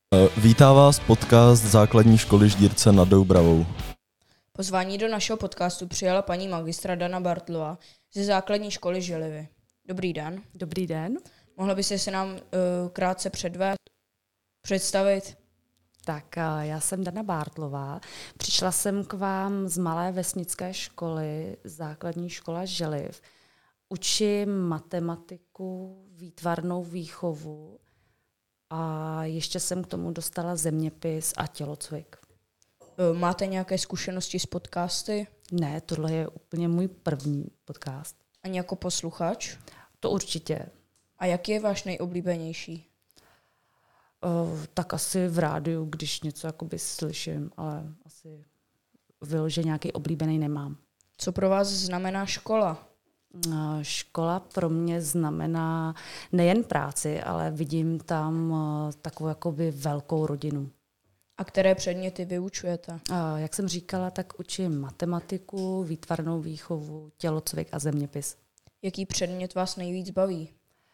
Vítá vás podcast Základní školy Ždírce nad Doubravou. Pozvání do našeho podcastu přijala paní magistra Dana Bartlová ze Základní školy Žilivy. Dobrý den. Dobrý den. Mohla byste se nám krátce představit? Tak já jsem Dana Bartlová. Přišla jsem k vám z malé vesnické školy, Základní škola Žiliv. Učím matematiku, výtvarnou výchovu a ještě jsem k tomu dostala zeměpis a tělocvik. Máte nějaké zkušenosti s podcasty? Ne, tohle je úplně můj první podcast. Ani jako posluchač? To určitě. A jaký je váš nejoblíbenější? Tak asi v rádiu, když něco jakoby slyším, ale asi vyloženě nějaký oblíbený nemám. Co pro vás znamená škola? Škola pro mě znamená nejen práci, ale vidím tam takovou jakoby velkou rodinu. A které předměty vyučujete? Jak jsem říkala, tak učím matematiku, výtvarnou výchovu, tělocvik a zeměpis. Jaký předmět vás nejvíc baví?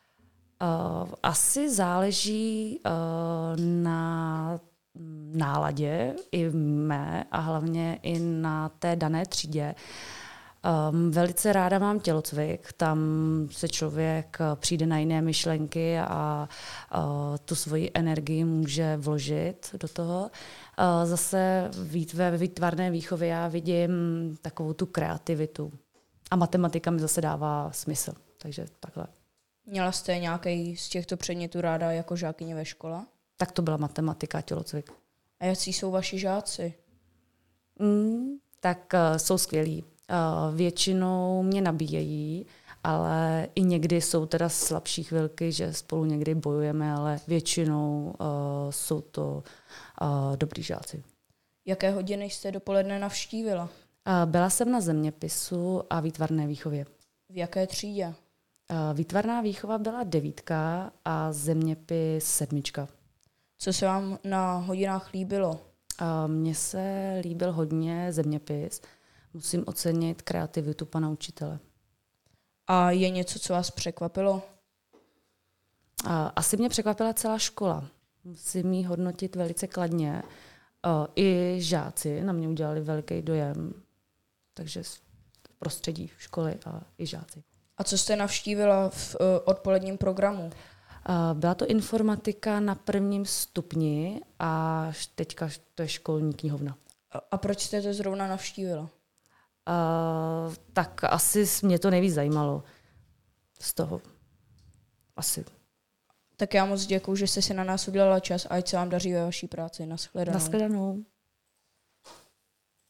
Asi záleží na náladě i mé a hlavně i na té dané třídě. Velice ráda mám tělocvik, tam se člověk přijde na jiné myšlenky a tu svoji energii může vložit do toho. Zase ve výtvarné výchově já vidím takovou tu kreativitu a matematika mi zase dává smysl, takže takhle. Měla jste nějaký z těchto předmětů ráda jako žákyně ve škole? Tak to byla matematika a tělocvik. A jaký jsou vaši žáci? Tak jsou skvělí. Většinou mě nabíjejí, ale i někdy jsou teda slabší chvilky, že spolu někdy bojujeme, ale většinou jsou to dobrý žáci. Jaké hodiny jste dopoledne navštívila? Byla jsem na zeměpisu a výtvarné výchově. V jaké třídě? Výtvarná výchova byla 9 a zeměpis 7. Co se vám na hodinách líbilo? Mně se líbil hodně zeměpis. Musím ocenit kreativitu pana učitele. A je něco, co vás překvapilo? Asi mě překvapila celá škola. Musím ji hodnotit velice kladně. I žáci na mě udělali veliký dojem. Takže prostředí školy a i žáci. A co jste navštívila v odpoledním programu? Byla to informatika na 1. stupni a teďka to je školní knihovna. A proč jste to zrovna navštívila? Tak asi mě to nejvíc zajímalo z toho. Asi. Tak já moc děkuju, že jste si na nás udělala čas a ať se vám daří ve vaší práci. Naschledanou. Naschledanou.